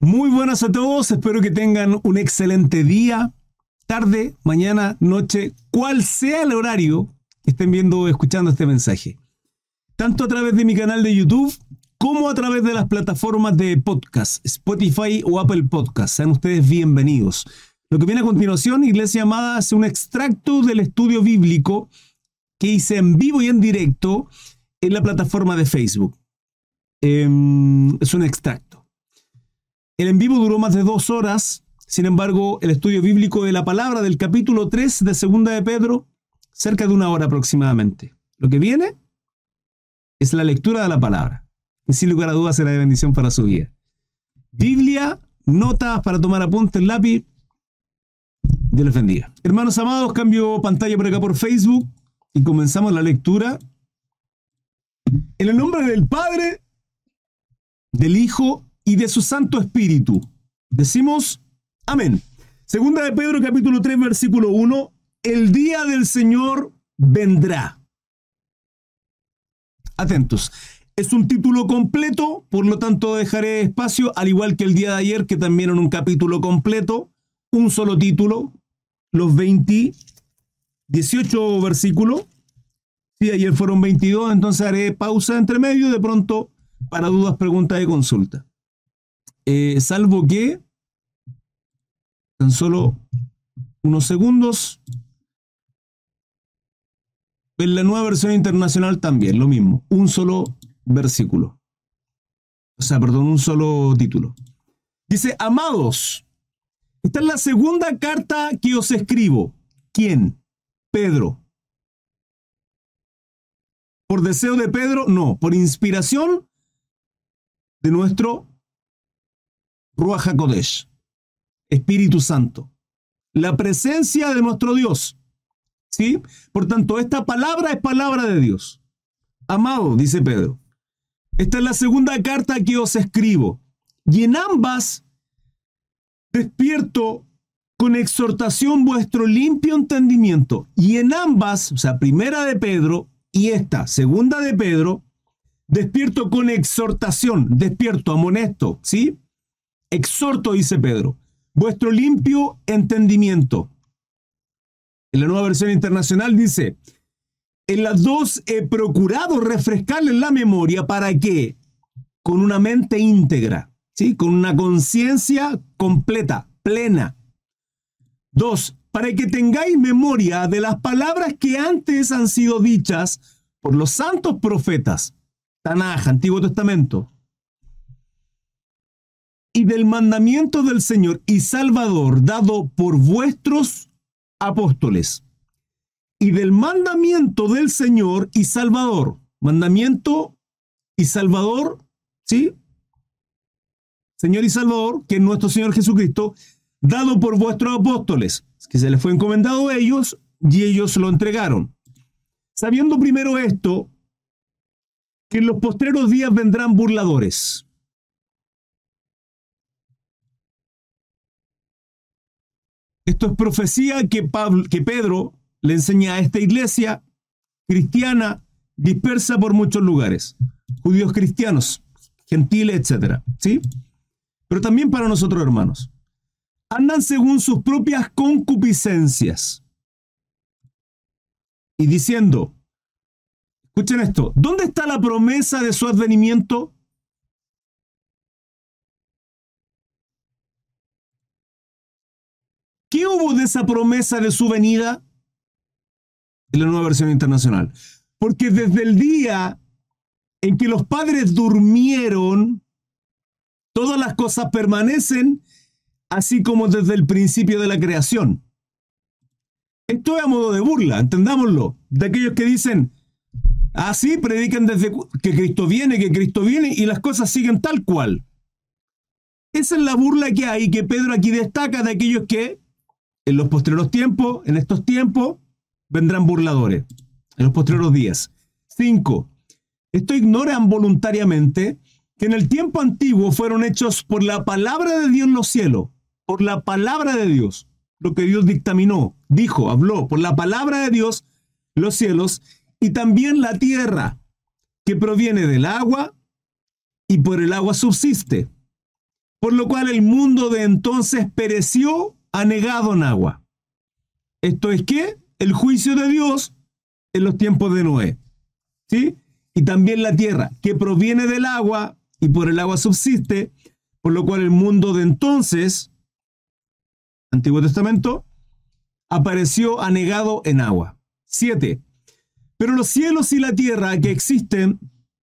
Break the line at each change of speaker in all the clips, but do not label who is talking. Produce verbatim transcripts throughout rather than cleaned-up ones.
Muy buenas a todos, espero que tengan un excelente día, tarde, mañana, noche, cual sea el horario que estén viendo o escuchando este mensaje. Tanto a través de mi canal de YouTube como a través de las plataformas de podcast, Spotify o Apple Podcast. Sean ustedes bienvenidos. Lo que viene a continuación, Iglesia Amada, es un extracto del estudio bíblico que hice en vivo y en directo en la plataforma de Facebook. Eh, es un extracto. El en vivo duró más de dos horas, sin embargo, el estudio bíblico de la palabra del capítulo tres de Segunda de Pedro, cerca de una hora aproximadamente. Lo que viene es la lectura de la palabra, y sin lugar a dudas será de bendición para su vida. Biblia, notas para tomar apuntes, lápiz, Dios les bendiga. Hermanos amados, cambio pantalla por acá por Facebook y comenzamos la lectura. En el nombre del Padre, del Hijo y de su Santo Espíritu. Decimos amén. Segunda de Pedro, capítulo tres, versículo uno. El día del Señor vendrá. Atentos. Es un título completo, por lo tanto dejaré espacio, al igual que el día de ayer, que también era un capítulo completo, un solo título, los veinte, dieciocho versículos. Sí, ayer fueron veintidós, entonces haré pausa entre medio, de pronto, para dudas, preguntas y consultas. Eh, salvo que, tan solo unos segundos, en la nueva versión internacional también, lo mismo, un solo versículo. O sea, perdón, un solo título. Dice, amados, esta es la segunda carta que os escribo. ¿Quién? Pedro. ¿Por deseo de Pedro? No, por inspiración de nuestro Ruach HaKodesh, Espíritu Santo, la presencia de nuestro Dios, ¿sí? Por tanto, esta palabra es palabra de Dios. Amado, dice Pedro, esta es la segunda carta que os escribo, y en ambas despierto con exhortación vuestro limpio entendimiento, y en ambas, o sea, primera de Pedro y esta, segunda de Pedro, despierto con exhortación, despierto, amonesto, ¿sí? Exhorto, dice Pedro, vuestro limpio entendimiento. En la nueva versión internacional dice, en las dos he procurado refrescarles la memoria para que, con una mente íntegra, ¿sí? Con una conciencia completa, plena. Dos, para que tengáis memoria de las palabras que antes han sido dichas por los santos profetas, Tanaj, Antiguo Testamento, y del mandamiento del Señor y Salvador dado por vuestros apóstoles. Y del mandamiento del Señor y Salvador. Mandamiento y Salvador, ¿sí? Señor y Salvador, que es nuestro Señor Jesucristo, dado por vuestros apóstoles, que se les fue encomendado a ellos y ellos lo entregaron. Sabiendo primero esto, que en los postreros días vendrán burladores. Esto es profecía que, Pablo, que Pedro le enseña a esta iglesia cristiana dispersa por muchos lugares. Judíos cristianos, gentiles, etcétera, ¿sí? Pero también para nosotros, hermanos. Andan según sus propias concupiscencias. Y diciendo, escuchen esto, ¿dónde está la promesa de su advenimiento? ¿Qué hubo de esa promesa de su venida? En la nueva versión internacional. Porque desde el día en que los padres durmieron, todas las cosas permanecen, así como desde el principio de la creación. Esto es a modo de burla, entendámoslo, de aquellos que dicen, ah, sí, predican desde que Cristo viene, que Cristo viene, y las cosas siguen tal cual. Esa es la burla que hay, que Pedro aquí destaca de aquellos que en los postreros tiempos, en estos tiempos, vendrán burladores. En los postreros días. Cinco. Esto ignoran voluntariamente que en el tiempo antiguo fueron hechos por la palabra de Dios los cielos. Por la palabra de Dios. Lo que Dios dictaminó, dijo, habló. Por la palabra de Dios los cielos y también la tierra, que proviene del agua y por el agua subsiste. por lo cual el mundo de entonces pereció anegado en agua. Esto es que el juicio de Dios en los tiempos de Noé, ¿sí? Y también la tierra, que proviene del agua y por el agua subsiste, por lo cual el mundo de entonces, Antiguo Testamento, apareció anegado en agua. Siete. Pero los cielos y la tierra que existen,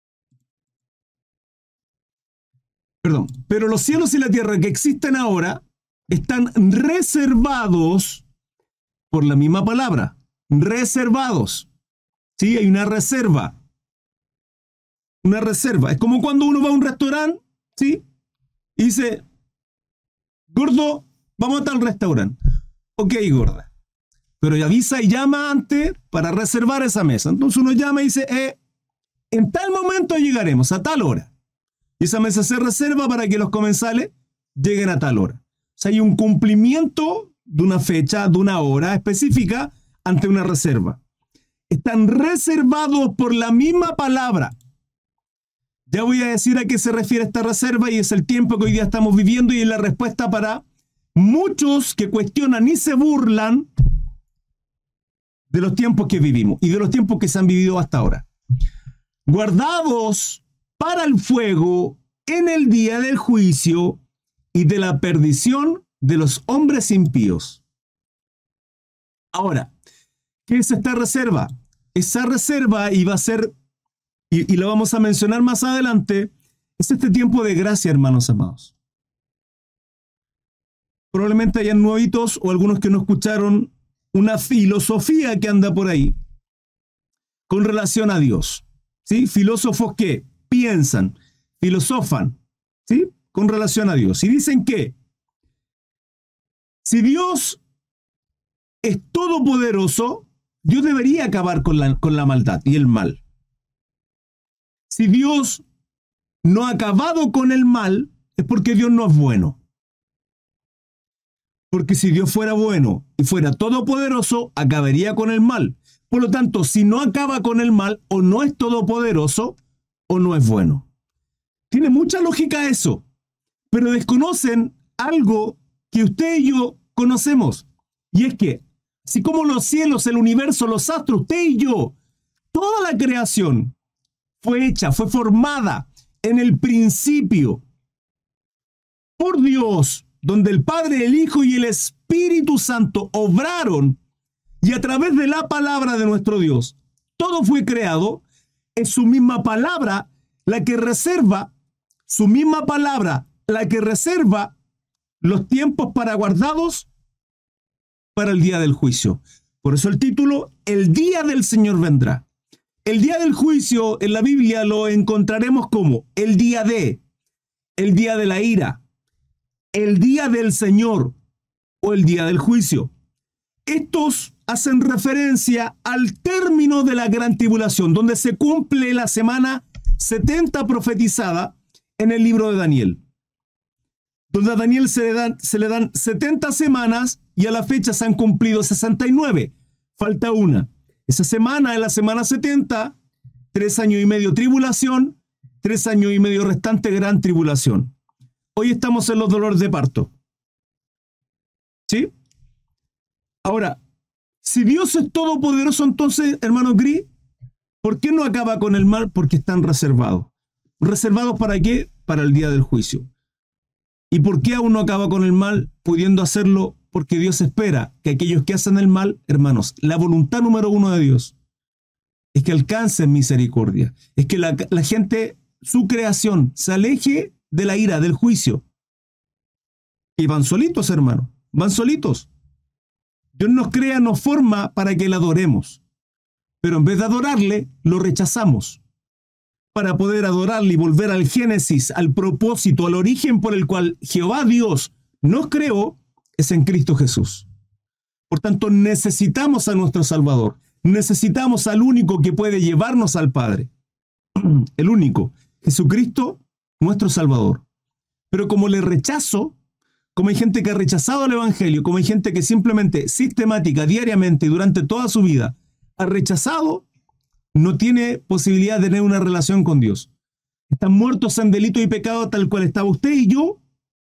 perdón, pero los cielos y la tierra que existen ahora están reservados por la misma palabra, reservados. Sí, hay una reserva. Una reserva. Es como cuando uno va a un restaurante, ¿sí? Y dice, gordo, vamos a tal restaurante. Ok, gorda. Pero avisa y llama antes para reservar esa mesa. Entonces uno llama y dice, eh, en tal momento llegaremos, a tal hora. Y esa mesa se reserva para que los comensales lleguen a tal hora. O sea, hay un cumplimiento de una fecha, de una hora específica ante una reserva. Están reservados por la misma palabra. Ya voy a decir a qué se refiere esta reserva y es el tiempo que hoy día estamos viviendo y es la respuesta para muchos que cuestionan y se burlan de los tiempos que vivimos y de los tiempos que se han vivido hasta ahora. Guardados para el fuego en el día del juicio y de la perdición de los hombres impíos. Ahora, ¿qué es esta reserva? Esa reserva iba a ser, y, y lo vamos a mencionar más adelante, es este tiempo de gracia, hermanos amados. Probablemente hayan nuevitos o algunos que no escucharon una filosofía que anda por ahí con relación a Dios. ¿Sí? Filósofos que piensan, filosofan, ¿sí? Con relación a Dios. Y dicen que si Dios es todopoderoso, Dios debería acabar con la, con la maldad y el mal. Si Dios no ha acabado con el mal, es porque Dios no es bueno. Porque si Dios fuera bueno y fuera todopoderoso, acabaría con el mal. Por lo tanto, si no acaba con el mal, o no es todopoderoso, o no es bueno. Tiene mucha lógica eso, pero desconocen algo que usted y yo conocemos. Y es que, así como los cielos, el universo, los astros, usted y yo, toda la creación fue hecha, fue formada en el principio por Dios, donde el Padre, el Hijo y el Espíritu Santo obraron, y a través de la palabra de nuestro Dios, todo fue creado. Es su misma palabra la que reserva, su misma palabra la que reserva los tiempos para guardados para el día del juicio. Por eso el título, El día del Señor vendrá. El día del juicio en la Biblia lo encontraremos como el día de, el día de la ira, el día del Señor o el día del juicio. Estos hacen referencia al término de la gran tribulación, donde se cumple la semana setenta profetizada en el libro de Daniel. Donde a Daniel se le dan, se le dan setenta semanas y a la fecha se han cumplido sesenta y nueve. Falta una. Esa semana es la semana setenta, tres años y medio tribulación, tres años y medio restante gran tribulación. Hoy estamos en los dolores de parto. ¿Sí? Ahora, si Dios es todopoderoso, entonces, hermano Gris, ¿por qué no acaba con el mal? Porque están reservados. ¿Reservados para qué? Para el día del juicio. ¿Y por qué aún no acaba con el mal, pudiendo hacerlo? Porque Dios espera que aquellos que hacen el mal, hermanos, la voluntad número uno de Dios es que alcancen misericordia. Es que la, la gente, su creación, se aleje de la ira, del juicio. Y van solitos, hermano. Van solitos. Dios nos crea, nos forma para que le adoremos. Pero en vez de adorarle, lo rechazamos. Para poder adorarle y volver al génesis, al propósito, al origen por el cual Jehová Dios nos creó, es en Cristo Jesús. Por tanto, necesitamos a nuestro Salvador. Necesitamos al único que puede llevarnos al Padre. El único, Jesucristo, nuestro Salvador. Pero como le rechazo, como hay gente que ha rechazado el Evangelio, como hay gente que simplemente, sistemática, diariamente, durante toda su vida, ha rechazado, no tiene posibilidad de tener una relación con Dios. Están muertos en delito y pecado tal cual estaba usted y yo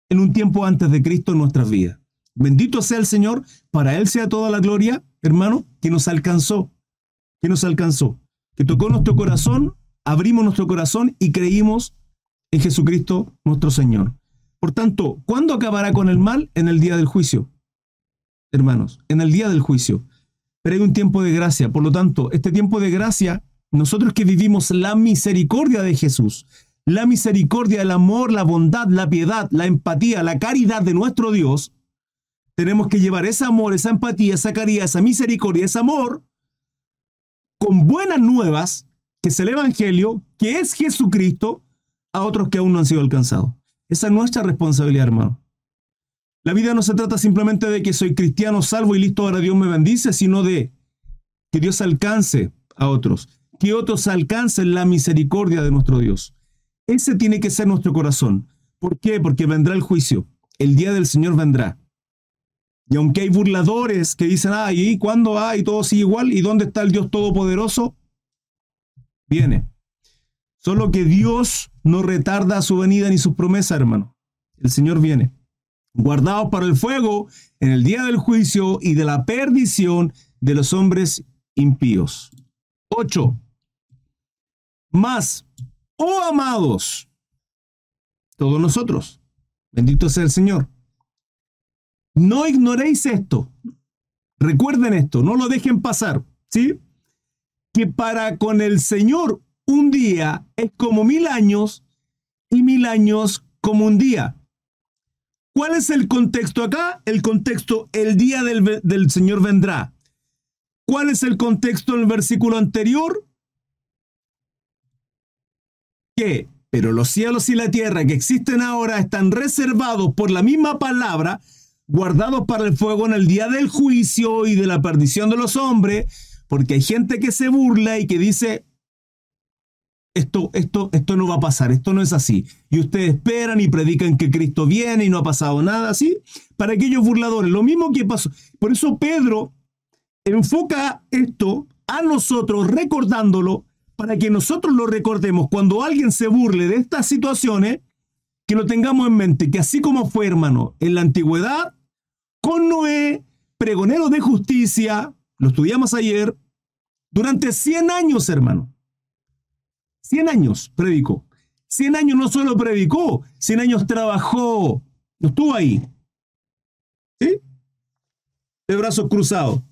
en un tiempo antes de Cristo en nuestras vidas. Bendito sea el Señor, para Él sea toda la gloria, hermano, que nos alcanzó, que nos alcanzó, que tocó nuestro corazón, abrimos nuestro corazón y creímos en Jesucristo nuestro Señor. Por tanto, ¿cuándo acabará con el mal? En el día del juicio, hermanos, en el día del juicio. Pero hay un tiempo de gracia. Por lo tanto, este tiempo de gracia, nosotros que vivimos la misericordia de Jesús, la misericordia, el amor, la bondad, la piedad, la empatía, la caridad de nuestro Dios, tenemos que llevar ese amor, esa empatía, esa caridad, esa misericordia, ese amor, con buenas nuevas, que es el Evangelio, que es Jesucristo, a otros que aún no han sido alcanzados. Esa es nuestra responsabilidad, hermano. La vida no se trata simplemente de que soy cristiano, salvo y listo, ahora Dios me bendice, sino de que Dios alcance a otros, que otros alcancen la misericordia de nuestro Dios. Ese tiene que ser nuestro corazón. ¿Por qué? Porque vendrá el juicio. El día del Señor vendrá. Y aunque hay burladores que dicen, ah, ¿y cuándo va? Y todo sigue igual. ¿Y dónde está el Dios Todopoderoso? Viene. Solo que Dios no retarda su venida ni sus promesas, hermano. El Señor viene. Guardados para el fuego en el día del juicio y de la perdición de los hombres impíos. Ocho. Más, oh amados, todos nosotros, bendito sea el Señor, no ignoréis esto, recuerden esto, no lo dejen pasar, ¿sí? Que para con el Señor un día es como mil años y mil años como un día. ¿Cuál es el contexto acá? El contexto, el día del, del Señor vendrá. ¿Cuál es el contexto en el versículo anterior? Que, pero los cielos y la tierra que existen ahora están reservados por la misma palabra, guardados para el fuego en el día del juicio y de la perdición de los hombres, porque hay gente que se burla y que dice, esto, esto, esto no va a pasar, esto no es así. Y ustedes esperan y predican que Cristo viene y no ha pasado nada así. Para aquellos burladores, lo mismo que pasó. Por eso Pedro enfoca esto a nosotros, recordándolo, para que nosotros lo recordemos. Cuando alguien se burle de estas situaciones, que lo tengamos en mente, que así como fue, hermano, en la antigüedad, con Noé, pregonero de justicia, lo estudiamos ayer, durante cien años, hermano. cien años predicó. cien años no solo predicó, cien años trabajó. No estuvo ahí. ¿Sí? De brazos cruzados.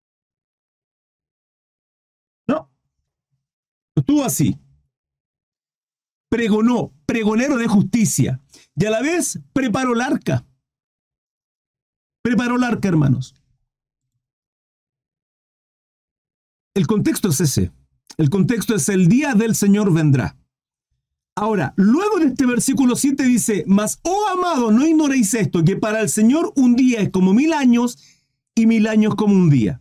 No. No estuvo así. Pregonó, pregonero de justicia. Y a la vez preparó el arca. Preparó el arca, hermanos. El contexto es ese. El contexto es el día del Señor vendrá. Ahora, luego de este versículo siete dice, mas, oh amado, no ignoréis esto, que para el Señor un día es como mil años y mil años como un día.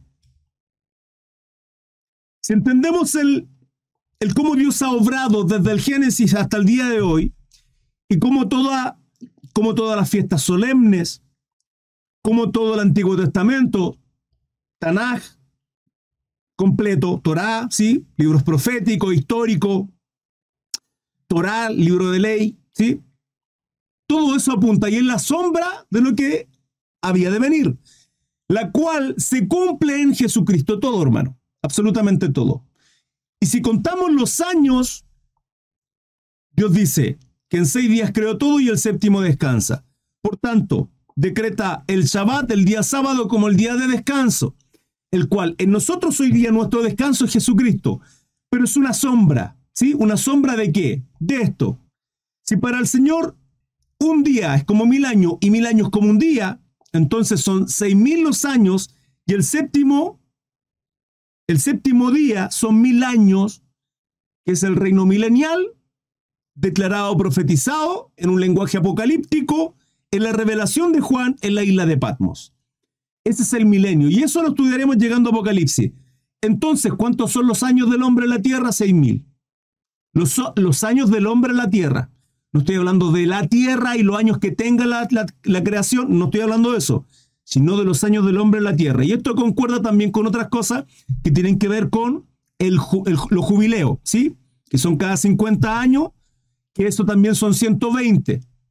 Si entendemos el, el cómo Dios ha obrado desde el Génesis hasta el día de hoy, y cómo, toda, cómo todas las fiestas solemnes, como todo el Antiguo Testamento, Tanaj, completo, Torá, ¿sí? Libros proféticos, históricos, Torá, libro de ley, ¿sí? Todo eso apunta y es la sombra de lo que había de venir, la cual se cumple en Jesucristo todo, hermano, absolutamente todo. Y si contamos los años, Dios dice que en seis días creó todo y el séptimo descansa. Por tanto, decreta el Shabbat, el día sábado, como el día de descanso, el cual en nosotros hoy día nuestro descanso es Jesucristo, pero es una sombra, ¿sí? ¿Una sombra de qué? De esto. Si para el Señor un día es como mil años y mil años como un día, entonces son seis mil los años y el séptimo, el séptimo día son mil años, que es el reino milenial, declarado, profetizado en un lenguaje apocalíptico, en la revelación de Juan en la isla de Patmos. Ese es el milenio, y eso lo estudiaremos llegando a Apocalipsis. Entonces, ¿cuántos son los años del hombre en la tierra? Seis mil. Los, los años del hombre en la tierra. No estoy hablando de la tierra y los años que tenga la, la, la creación, no estoy hablando de eso, sino de los años del hombre en la tierra. Y esto concuerda también con otras cosas que tienen que ver con el, el, los jubileos, ¿sí? Que son cada cincuenta años, que eso también son ciento veinte.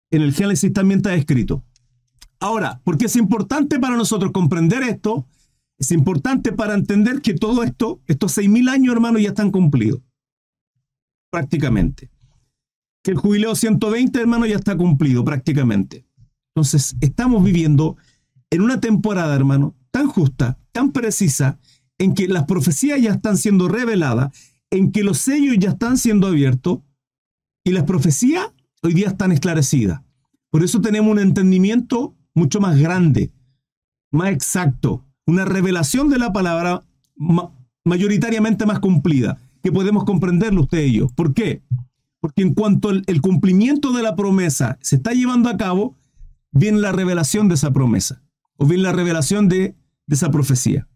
En el Génesis también está escrito. Ahora, porque es importante para nosotros comprender esto, es importante para entender que todo esto, estos seis mil años, hermanos, ya están cumplidos. Prácticamente. Que el jubileo ciento veinte, hermanos, ya está cumplido prácticamente. Entonces, estamos viviendo en una temporada, hermano, tan justa, tan precisa, en que las profecías ya están siendo reveladas, en que los sellos ya están siendo abiertos, y las profecías hoy día están esclarecidas. Por eso tenemos un entendimiento mucho más grande, más exacto, una revelación de la palabra ma- mayoritariamente más cumplida, que podemos comprenderlo usted y yo. ¿Por qué? Porque en cuanto el, el cumplimiento de la promesa se está llevando a cabo, viene la revelación de esa promesa, o viene la revelación de, de esa profecía.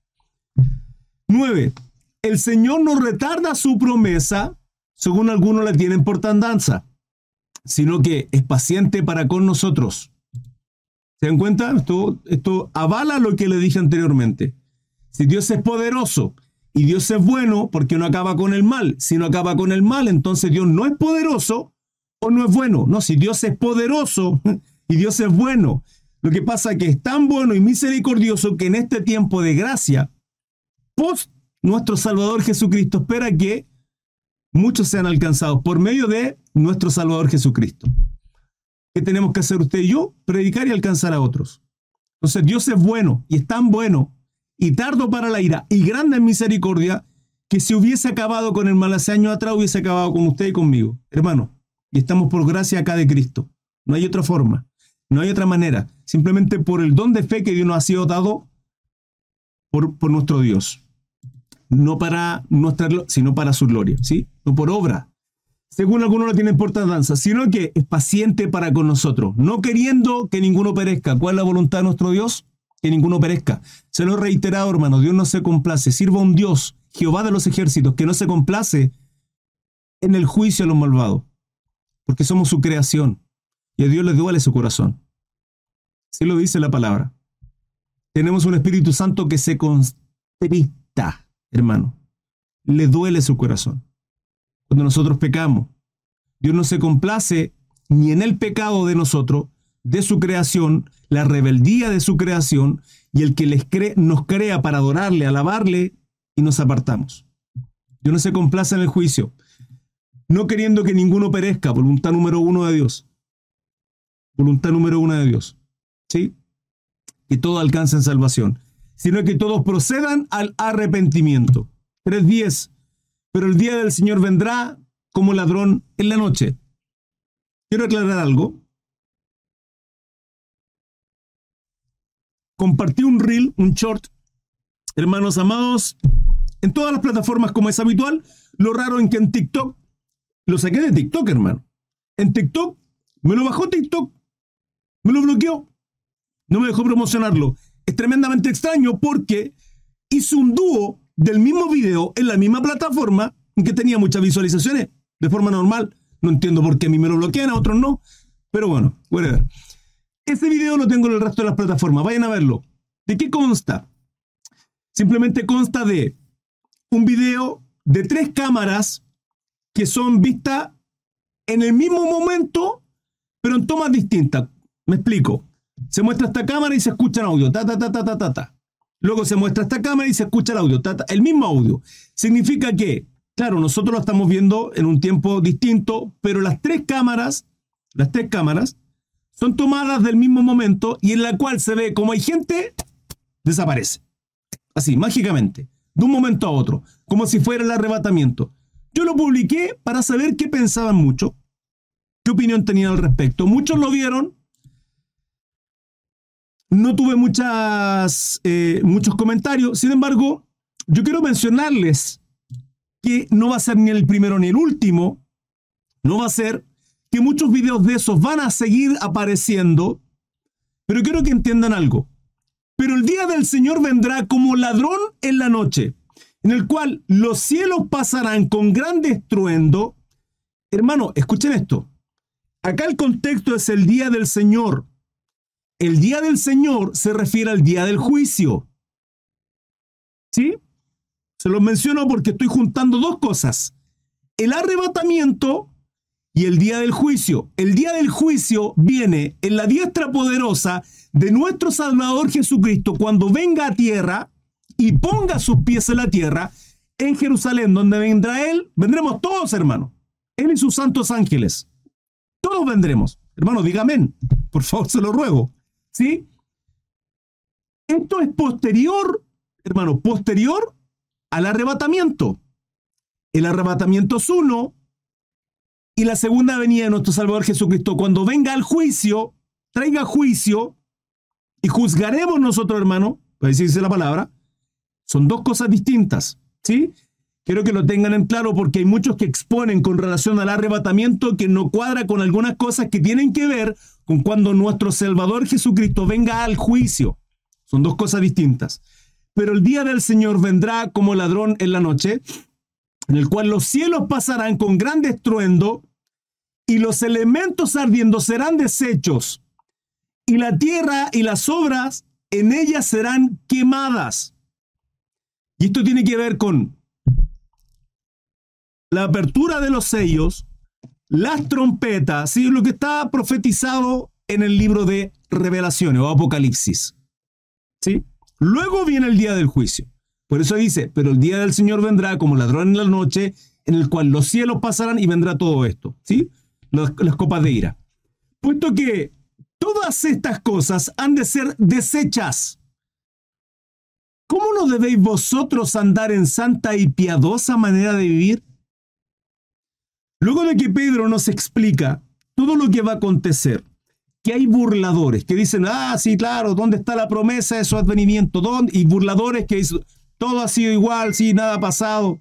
Nueve. El Señor no retarda su promesa, según algunos la tienen por tardanza, sino que es paciente para con nosotros. ¿Se dan cuenta? Esto, esto avala lo que le dije anteriormente. Si Dios es poderoso y Dios es bueno, porque no acaba con el mal. Si no acaba con el mal, entonces Dios no es poderoso o no es bueno. No, si Dios es poderoso y Dios es bueno. Lo que pasa es que es tan bueno y misericordioso que en este tiempo de gracia, post nuestro Salvador Jesucristo, espera que muchos sean alcanzados por medio de nuestro Salvador Jesucristo. ¿Qué tenemos que hacer usted y yo? Predicar y alcanzar a otros. Entonces Dios es bueno y es tan bueno y tardo para la ira y grande en misericordia que si hubiese acabado con el mal hace años atrás, hubiese acabado con usted y conmigo. Hermano, y estamos por gracia acá de Cristo. No hay otra forma, no hay otra manera. Simplemente por el don de fe que Dios nos ha sido dado por, por nuestro Dios. No para nuestra, sino para su gloria, ¿sí? No por obra, según algunos no tienen por tardanza, sino que es paciente para con nosotros, no queriendo que ninguno perezca. ¿Cuál es la voluntad de nuestro Dios? Que ninguno perezca. Se lo he reiterado, hermano, Dios no se complace. Sirva a un Dios, Jehová de los ejércitos, que no se complace en el juicio a los malvados, porque somos su creación, y a Dios le duele su corazón. Así lo dice la palabra. Tenemos un Espíritu Santo que se constrita, hermano. Le duele su corazón. Cuando nosotros pecamos, Dios no se complace ni en el pecado de nosotros, de su creación, la rebeldía de su creación, y el que les cree, nos crea para adorarle, alabarle, y nos apartamos. Dios no se complace en el juicio, no queriendo que ninguno perezca, voluntad número uno de Dios. Voluntad número uno de Dios. ¿Sí? Que todos alcancen salvación, sino que todos procedan al arrepentimiento. tres diez. Pero el día del Señor vendrá como ladrón en la noche. Quiero aclarar algo. Compartí un reel, un short, hermanos amados, en todas las plataformas como es habitual. Lo raro en que en TikTok, lo saqué de TikTok, hermano. En TikTok, me lo bajó TikTok, me lo bloqueó, no me dejó promocionarlo. Es tremendamente extraño porque hizo un dúo del mismo video en la misma plataforma en que tenía muchas visualizaciones de forma normal. No entiendo por qué a mí me lo bloquean, a otros no, pero bueno, whatever. Ese video lo tengo en el resto de las plataformas, vayan a verlo. ¿De qué consta? Simplemente consta de un video de tres cámaras que son vistas en el mismo momento, pero en tomas distintas. Me explico. Se muestra esta cámara y se escucha el audio, ta, ta, ta, ta, ta, ta, ta. Luego se muestra esta cámara y se escucha el audio, ta, ta, el mismo audio. Significa que, claro, nosotros lo estamos viendo en un tiempo distinto, pero las tres cámaras, las tres cámaras, son tomadas del mismo momento y en la cual se ve como hay gente, desaparece. Así, mágicamente, de un momento a otro, como si fuera el arrebatamiento. Yo lo publiqué para saber qué pensaban muchos, qué opinión tenían al respecto. Muchos lo vieron. No tuve muchas, eh, muchos comentarios. Sin embargo, yo quiero mencionarles que no va a ser ni el primero ni el último. No va a ser que muchos videos de esos van a seguir apareciendo. Pero quiero que entiendan algo. Pero el día del Señor vendrá como ladrón en la noche, en el cual los cielos pasarán con gran estruendo. Hermano, escuchen esto. Acá el contexto es el día del Señor. El día del Señor se refiere al día del juicio. ¿Sí? Se los menciono porque estoy juntando dos cosas. El arrebatamiento y el día del juicio. El día del juicio viene en la diestra poderosa de nuestro Salvador Jesucristo cuando venga a tierra y ponga sus pies en la tierra en Jerusalén, donde vendrá Él. Vendremos todos, hermano. Él y sus santos ángeles. Todos vendremos. Hermano, diga amén. Por favor, se lo ruego. ¿Sí? Esto es posterior, hermano, posterior al arrebatamiento. El arrebatamiento es uno, y la segunda venida de nuestro Salvador Jesucristo, cuando venga al juicio, traiga juicio, y juzgaremos nosotros, hermano, para decirse la palabra, son dos cosas distintas, ¿sí? Quiero que lo tengan en claro porque hay muchos que exponen con relación al arrebatamiento que no cuadra con algunas cosas que tienen que ver con cuando nuestro Salvador Jesucristo venga al juicio. Son dos cosas distintas. Pero el día del Señor vendrá como ladrón en la noche, en el cual los cielos pasarán con gran estruendo y los elementos ardiendo serán deshechos, y la tierra y las obras en ella serán quemadas. Y esto tiene que ver con la apertura de los sellos, las trompetas, ¿sí? Lo que está profetizado en el libro de Revelaciones o Apocalipsis, ¿sí? Luego viene el día del juicio. Por eso dice, pero el día del Señor vendrá como ladrón en la noche, en el cual los cielos pasarán y vendrá todo esto, ¿sí? Las, las copas de ira. Puesto que todas estas cosas han de ser deshechas, ¿cómo no debéis vosotros andar en santa y piadosa manera de vivir? Luego de que Pedro nos explica todo lo que va a acontecer, que hay burladores que dicen, ah, sí, claro, ¿dónde está la promesa de su advenimiento? ¿Dónde? Y burladores que dicen, todo ha sido igual, sí, nada ha pasado.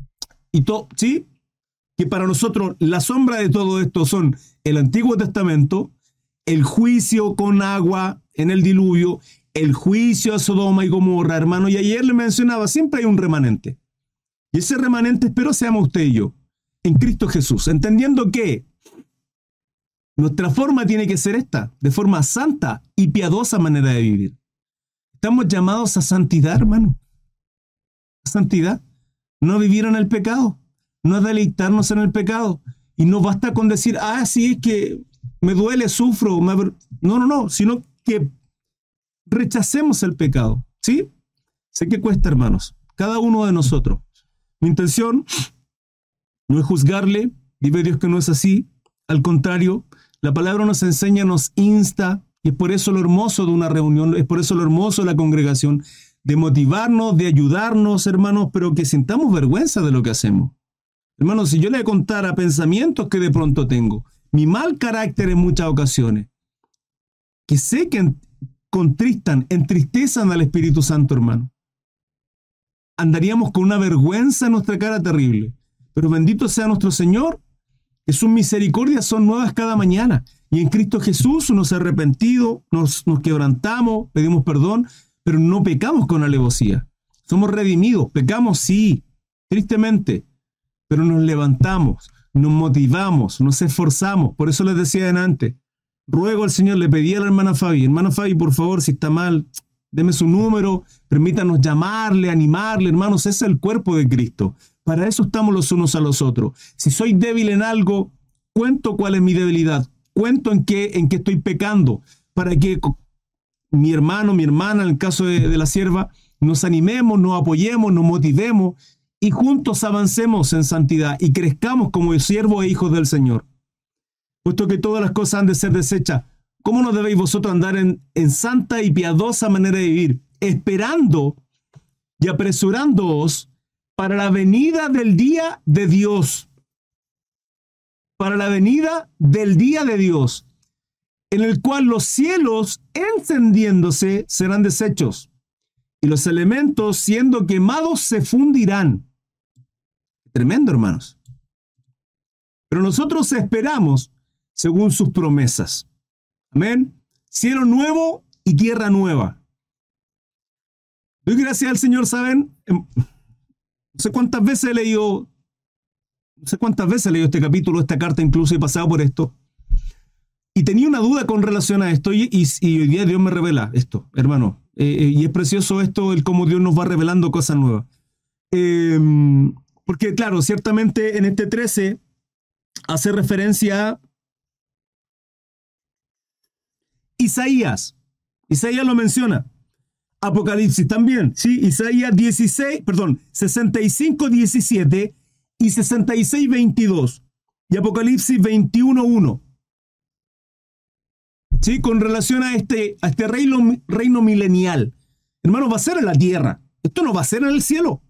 Y todo, ¿sí? Que para nosotros la sombra de todo esto son el Antiguo Testamento, el juicio con agua en el diluvio, el juicio a Sodoma y Gomorra, hermano. Y ayer le mencionaba, siempre hay un remanente. Y ese remanente espero seamos usted y yo, en Cristo Jesús, entendiendo que nuestra forma tiene que ser esta, de forma santa y piadosa manera de vivir. Estamos llamados a santidad, hermano. A santidad. No a vivir en el pecado. No a deleitarnos en el pecado. Y no basta con decir, ah, sí, es que me duele, sufro. Me... No, no, no. Sino que rechacemos el pecado. ¿Sí? Sé que cuesta, hermanos. Cada uno de nosotros. Mi intención no es juzgarle. Vive Dios que no es así. Al contrario, la palabra nos enseña, nos insta, y es por eso lo hermoso de una reunión, es por eso lo hermoso de la congregación, de motivarnos, de ayudarnos, hermanos, pero que sintamos vergüenza de lo que hacemos. Hermanos, si yo le contara pensamientos que de pronto tengo, mi mal carácter en muchas ocasiones, que sé que contristan, entristezan al Espíritu Santo, hermano, andaríamos con una vergüenza en nuestra cara terrible. Pero bendito sea nuestro Señor, que sus misericordias son nuevas cada mañana. Y en Cristo Jesús nos arrepentido, nos, nos quebrantamos, pedimos perdón, pero no pecamos con alevosía. Somos redimidos, pecamos sí, tristemente, pero nos levantamos, nos motivamos, nos esforzamos. Por eso les decía antes, ruego al Señor, le pedí a la hermana Fabi, hermana Fabi, por favor, si está mal, deme su número, permítanos llamarle, animarle, hermanos, ese es el cuerpo de Cristo. Para eso estamos los unos a los otros. Si soy débil en algo, cuento cuál es mi debilidad, cuento en qué, en qué estoy pecando, para que mi hermano, mi hermana, en el caso de, de la sierva, nos animemos, nos apoyemos, nos motivemos y juntos avancemos en santidad y crezcamos como siervos e hijos del Señor. Puesto que todas las cosas han de ser desechas, ¿cómo no debéis vosotros andar en, en santa y piadosa manera de vivir, esperando y apresurándoos para la venida del día de Dios? Para la venida del día de Dios, en el cual los cielos encendiéndose serán deshechos, y los elementos siendo quemados se fundirán. Tremendo, hermanos. Pero nosotros esperamos según sus promesas. Amén. Cielo nuevo y tierra nueva. Doy gracias al Señor, ¿saben? No sé cuántas veces he leído, no sé cuántas veces he leído este capítulo, esta carta, incluso he pasado por esto. Y tenía una duda con relación a esto, y, y, y hoy día Dios me revela esto, hermano. Eh, y es precioso esto, el cómo Dios nos va revelando cosas nuevas. Eh, porque, claro, ciertamente en este trece hace referencia a Isaías. Isaías lo menciona. Apocalipsis también, ¿sí? Isaías dieciséis, perdón, sesenta y cinco, diecisiete y sesenta y seis, veintidós. Y Apocalipsis veintiuno, uno. ¿Sí? Con relación a este, a este reino, reino milenial. Hermano, va a ser en la tierra. Esto no va a ser en el cielo.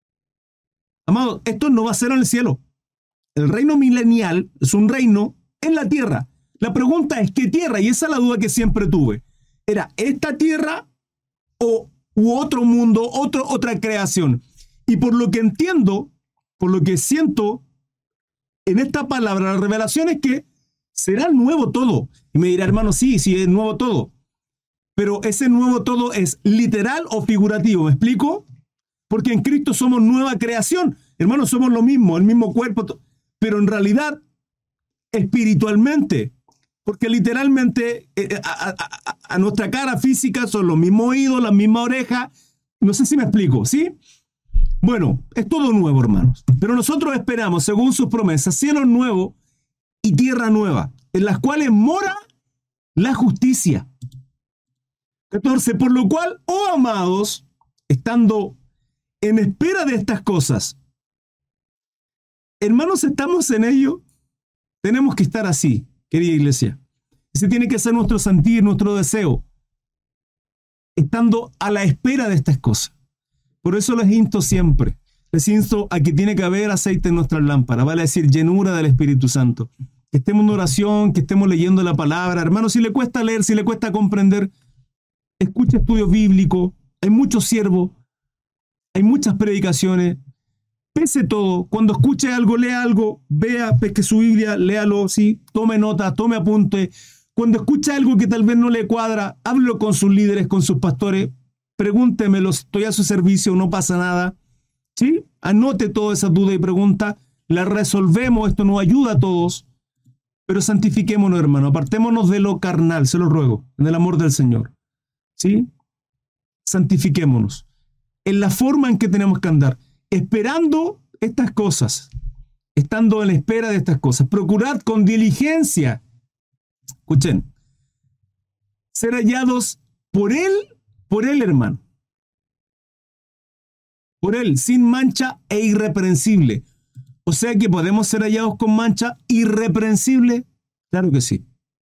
Amado, esto no va a ser en el cielo. El reino milenial es un reino en la tierra. La pregunta es, ¿qué tierra? Y esa es la duda que siempre tuve. ¿Era esta tierra o u otro mundo, otro, otra creación? Y por lo que entiendo, por lo que siento en esta palabra, la revelación es que será nuevo todo. Y me dirá, hermano, sí, sí, es nuevo todo. Pero ese nuevo todo es literal o figurativo, ¿me explico? Porque en Cristo somos nueva creación. Hermanos, somos lo mismo, el mismo cuerpo, pero en realidad, espiritualmente, porque literalmente eh, a, a, a nuestra cara física son los mismos oídos, las mismas orejas. No sé si me explico, ¿sí? Bueno, es todo nuevo, hermanos. Pero nosotros esperamos, según sus promesas, cielos nuevos y tierra nueva, en las cuales mora la justicia. catorce. Por lo cual, oh amados, estando en espera de estas cosas, hermanos, estamos en ello. Tenemos que estar así, querida iglesia. Ese tiene que ser nuestro sentir, nuestro deseo, estando a la espera de estas cosas. Por eso les insto siempre, les insto a que tiene que haber aceite en nuestras lámparas, vale decir, llenura del Espíritu Santo. Que estemos en oración, que estemos leyendo la palabra. Hermanos, si le cuesta leer, si le cuesta comprender, escuche estudios bíblicos, hay muchos siervos, hay muchas predicaciones. Pese todo, cuando escuche algo, lea algo, vea, pesque su Biblia, léalo, sí, tome nota, tome apunte. Cuando escuche algo que tal vez no le cuadra, háblelo con sus líderes, con sus pastores, pregúntemelo, estoy a su servicio, no pasa nada. ¿Sí? Anote todas esas dudas y preguntas, las resolvemos, esto nos ayuda a todos, pero santifiquémonos, hermano, apartémonos de lo carnal, se lo ruego, en el amor del Señor. ¿Sí? Santifiquémonos en la forma en que tenemos que andar, esperando estas cosas, estando en la espera de estas cosas. Procurad con diligencia, escuchen, ser hallados por Él, por Él, hermano. Por Él, sin mancha e irreprensible. O sea que podemos ser hallados con mancha irreprensible. Claro que sí.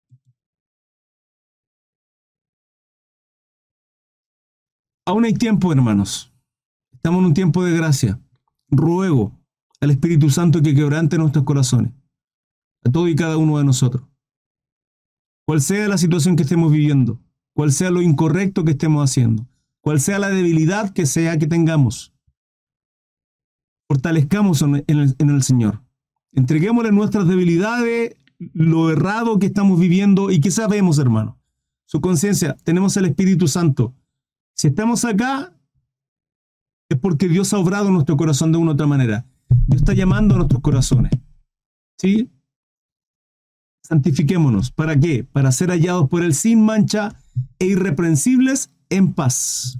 Aún hay tiempo, hermanos. Estamos en un tiempo de gracia. Ruego al Espíritu Santo que quebrante nuestros corazones, a todo y cada uno de nosotros. Cual sea la situación que estemos viviendo, cual sea lo incorrecto que estemos haciendo, cual sea la debilidad que sea que tengamos, fortalezcamos en el, en el Señor. Entreguémosle nuestras debilidades, lo errado que estamos viviendo y que sabemos, hermano. Su conciencia, tenemos el Espíritu Santo. Si estamos acá, es porque Dios ha obrado en nuestro corazón de una u otra manera. Dios está llamando a nuestros corazones. ¿Sí? Santifiquémonos. ¿Para qué? Para ser hallados por Él sin mancha e irreprensibles en paz.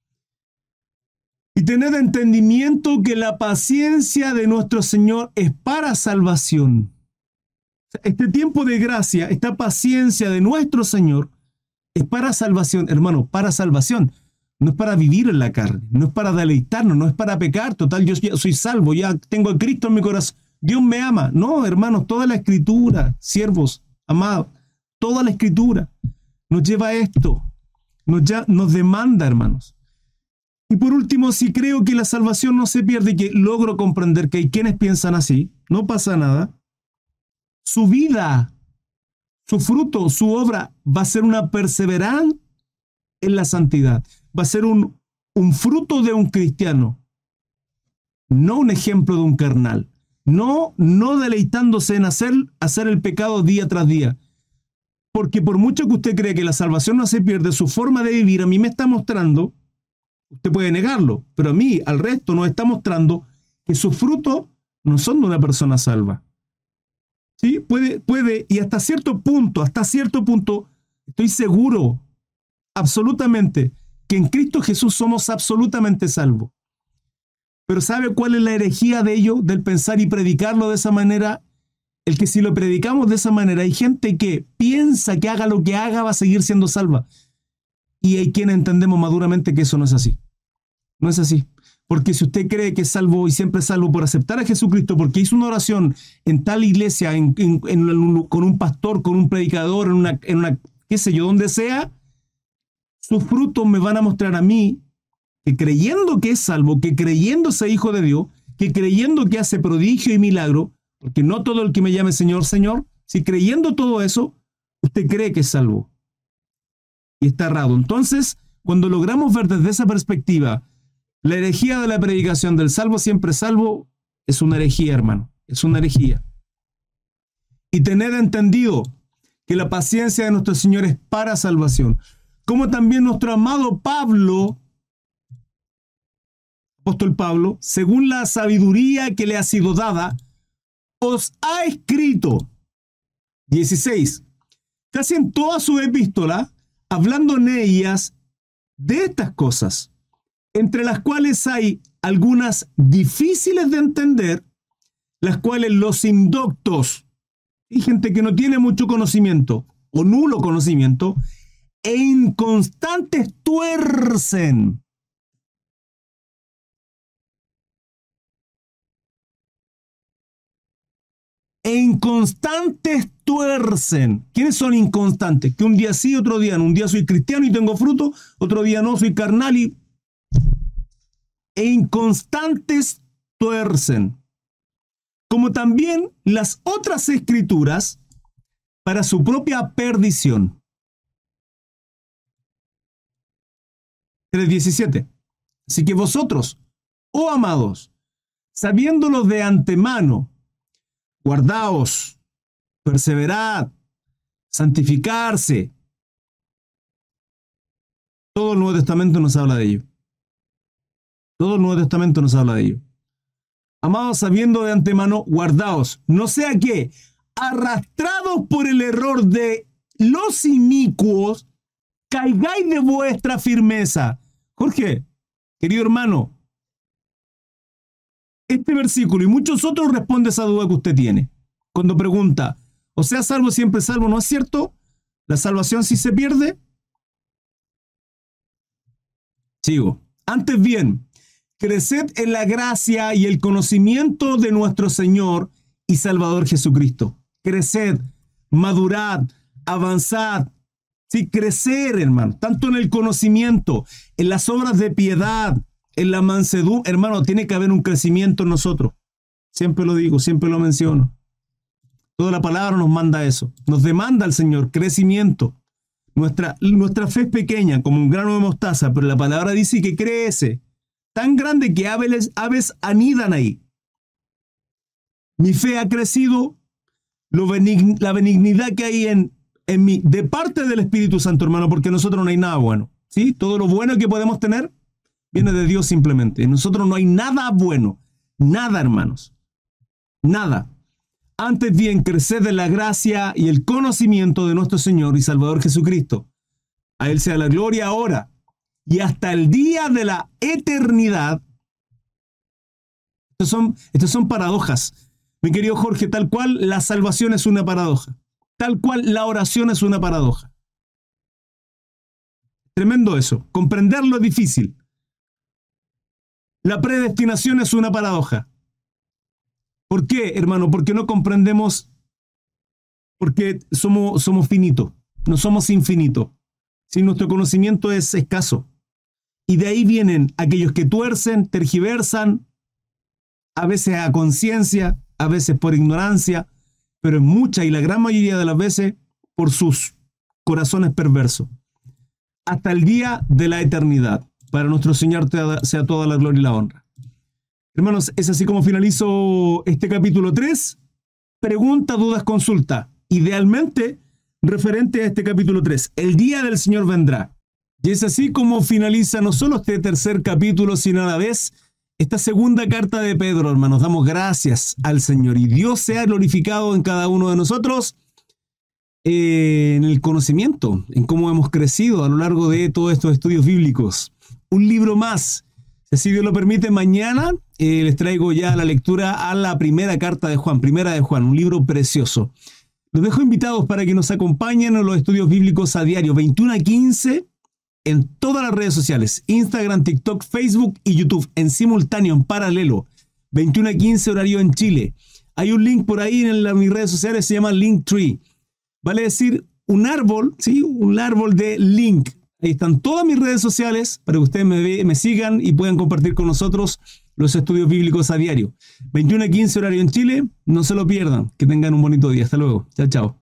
Y tened entendimiento que la paciencia de nuestro Señor es para salvación. Este tiempo de gracia, esta paciencia de nuestro Señor es para salvación, hermano, para salvación. No es para vivir en la carne, no es para deleitarnos, no es para pecar. Total, yo ya soy salvo, ya tengo a Cristo en mi corazón. Dios me ama. No, hermanos, toda la Escritura, siervos, amados, toda la Escritura nos lleva a esto, nos, ya, nos demanda, hermanos. Y por último, si creo que la salvación no se pierde y que logro comprender que hay quienes piensan así, no pasa nada. Su vida, su fruto, su obra va a ser una perseverancia en la santidad. Va a ser un, un fruto de un cristiano, no un ejemplo de un carnal. No, no deleitándose en hacer, hacer el pecado día tras día. Porque por mucho que usted cree que la salvación no se pierde, su forma de vivir a mí me está mostrando, usted puede negarlo, pero a mí, al resto, nos está mostrando que sus frutos no son de una persona salva. ¿Sí? Puede, puede, y hasta cierto punto, hasta cierto punto, estoy seguro, absolutamente, que en Cristo Jesús somos absolutamente salvos. Pero ¿sabe cuál es la herejía de ello, del pensar y predicarlo de esa manera? el que si lo predicamos de esa manera, hay gente que piensa que haga lo que haga va a seguir siendo salva. Y hay quienes entendemos maduramente que eso no es así. No es así. Porque si usted cree que es salvo y siempre es salvo por aceptar a Jesucristo, porque hizo una oración en tal iglesia, en, en, en, con un pastor, con un predicador, en una, en una, qué sé yo, donde sea, sus frutos me van a mostrar a mí que creyendo que es salvo, que creyendo ser hijo de Dios, que creyendo que hace prodigio y milagro, porque no todo el que me llame Señor, Señor, si creyendo todo eso, usted cree que es salvo. Y está errado. Entonces, cuando logramos ver desde esa perspectiva, la herejía de la predicación del salvo siempre salvo, es una herejía, hermano. Es una herejía. Y tened entendido que la paciencia de nuestro Señor es para salvación. Como también nuestro amado Pablo, apóstol Pablo, según la sabiduría que le ha sido dada, os ha escrito. dieciséis. Casi en toda su epístola, hablando en ellas de estas cosas, entre las cuales hay algunas difíciles de entender, las cuales los indoctos, y gente que no tiene mucho conocimiento o nulo conocimiento, e inconstantes tuercen. E inconstantes tuercen. ¿Quiénes son inconstantes? Que un día sí, otro día no. Un día soy cristiano y tengo fruto, otro día no, soy carnal y... E inconstantes tuercen. Como también las otras escrituras para su propia perdición. tres diecisiete. Así que vosotros, oh amados, sabiéndolo de antemano, guardaos, perseverad, santificarse. Todo el Nuevo Testamento nos habla de ello. Todo el Nuevo Testamento nos habla de ello. Amados, sabiendo de antemano, guardaos, no sea que, arrastrados por el error de los inicuos, caigáis de vuestra firmeza. Jorge, querido hermano, este versículo y muchos otros responde esa duda que usted tiene. Cuando pregunta, o sea, salvo siempre salvo, ¿no es cierto? ¿La salvación sí se pierde? Sigo. Antes bien, creced en la gracia y el conocimiento de nuestro Señor y Salvador Jesucristo. Creced, madurad, avanzad. Sí, crecer, hermano, tanto en el conocimiento, en las obras de piedad, en la mansedumbre. Hermano, tiene que haber un crecimiento en nosotros. Siempre lo digo, siempre lo menciono. Toda la palabra nos manda eso. Nos demanda el Señor crecimiento. Nuestra, nuestra fe es pequeña, como un grano de mostaza, pero la palabra dice que crece. Tan grande que aves, aves anidan ahí. Mi fe ha crecido, lo benign, la benignidad que hay en, en mí, de parte del Espíritu Santo, hermano, porque en nosotros no hay nada bueno. ¿Sí? Todo lo bueno que podemos tener viene de Dios simplemente. En nosotros no hay nada bueno. Nada, hermanos. Nada. Antes bien, creced en la gracia y el conocimiento de nuestro Señor y Salvador Jesucristo. A Él sea la gloria ahora y hasta el día de la eternidad. Estas son, estas son paradojas. Mi querido Jorge, tal cual la salvación es una paradoja. Tal cual la oración es una paradoja. Tremendo eso. Comprenderlo es difícil. La predestinación es una paradoja. ¿Por qué, hermano? Porque no comprendemos, porque somos, somos finitos, no somos infinitos. Si nuestro conocimiento es escaso. Y de ahí vienen aquellos que tuercen, tergiversan, a veces a conciencia, a veces por ignorancia, pero en muchas y la gran mayoría de las veces por sus corazones perversos. Hasta el día de la eternidad. Para nuestro Señor sea toda la gloria y la honra. Hermanos, es así como finalizo este capítulo tres. Pregunta, dudas, consulta. Idealmente, referente a este capítulo tres. El día del Señor vendrá. Y es así como finaliza no solo este tercer capítulo, sino a la vez esta segunda carta de Pedro, hermanos. Damos gracias al Señor. Y Dios sea glorificado en cada uno de nosotros, eh, en el conocimiento, en cómo hemos crecido a lo largo de todos estos estudios bíblicos. Un libro más Si así Dios lo permite, mañana eh, les traigo ya la lectura a la primera carta de Juan, primera de Juan, un libro precioso. Los dejo invitados para que nos acompañen en los estudios bíblicos a diario, veintiuno a quince, en todas las redes sociales, Instagram, TikTok, Facebook y YouTube, en simultáneo, en paralelo, veintiuno a quince horario en Chile. Hay un link por ahí en la, mis redes sociales, se llama Linktree. Vale decir, un árbol, ¿sí? Un árbol de link. Ahí están todas mis redes sociales para que ustedes me, me sigan y puedan compartir con nosotros los estudios bíblicos a diario. veintiuno a quince horario en Chile, no se lo pierdan. Que tengan un bonito día. Hasta luego. Chao, chao.